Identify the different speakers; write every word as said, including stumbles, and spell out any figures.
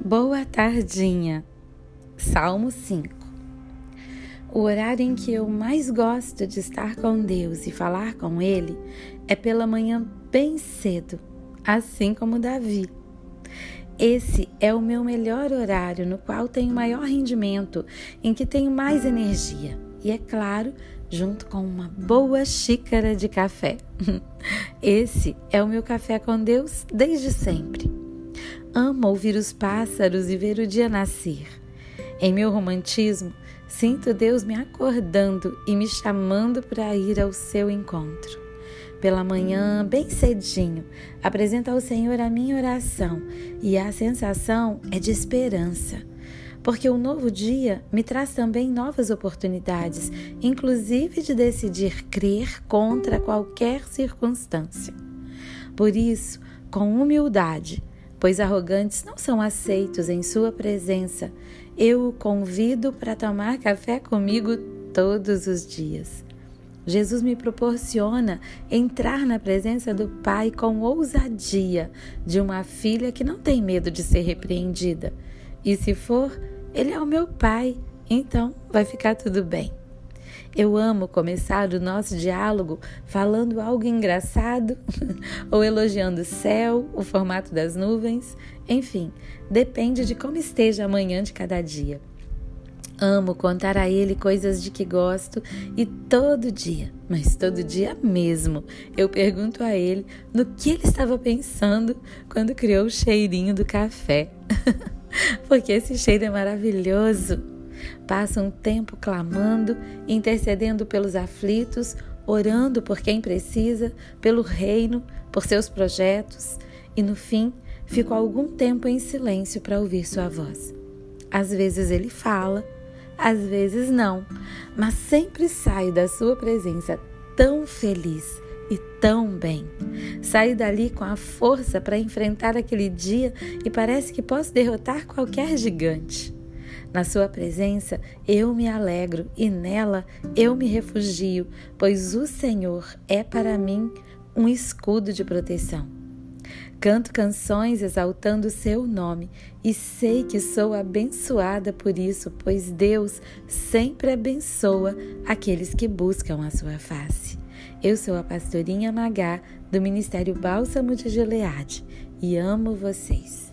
Speaker 1: Boa tardinha. Salmo cinco. O horário em que eu mais gosto de estar com Deus e falar com Ele é pela manhã bem cedo, assim como Davi. Esse é o meu melhor horário, no qual tenho maior rendimento, em que tenho mais energia. E é claro, junto com uma boa xícara de café. Esse é o meu café com Deus desde sempre. Amo ouvir os pássaros e ver o dia nascer. Em meu romantismo, sinto Deus me acordando e me chamando para ir ao seu encontro. Pela manhã, bem cedinho, apresento ao Senhor a minha oração e a sensação é de esperança, porque o novo dia me traz também novas oportunidades, inclusive de decidir crer contra qualquer circunstância. Por isso, com humildade, pois arrogantes não são aceitos em sua presença, eu o convido para tomar café comigo todos os dias. Jesus me proporciona entrar na presença do Pai com ousadia de uma filha que não tem medo de ser repreendida. E se for, Ele é o meu Pai, então vai ficar tudo bem. Eu amo começar o nosso diálogo falando algo engraçado ou elogiando o céu, o formato das nuvens, enfim, depende de como esteja a manhã de cada dia. Amo contar a ele coisas de que gosto e todo dia, mas todo dia mesmo, eu pergunto a ele no que ele estava pensando quando criou o cheirinho do café. Porque esse cheiro é maravilhoso. Passo um tempo clamando, intercedendo pelos aflitos, orando por quem precisa, pelo reino, por seus projetos e no fim fico algum tempo em silêncio para ouvir sua voz. Às vezes ele fala, às vezes não, mas sempre saio da sua presença tão feliz e tão bem. Saio dali com a força para enfrentar aquele dia e parece que posso derrotar qualquer gigante. Na sua presença eu me alegro e nela eu me refugio, pois o Senhor é para mim um escudo de proteção. Canto canções exaltando o seu nome e sei que sou abençoada por isso, pois Deus sempre abençoa aqueles que buscam a sua face. Eu sou a pastorinha Magá do Ministério Bálsamo de Gileade e amo vocês.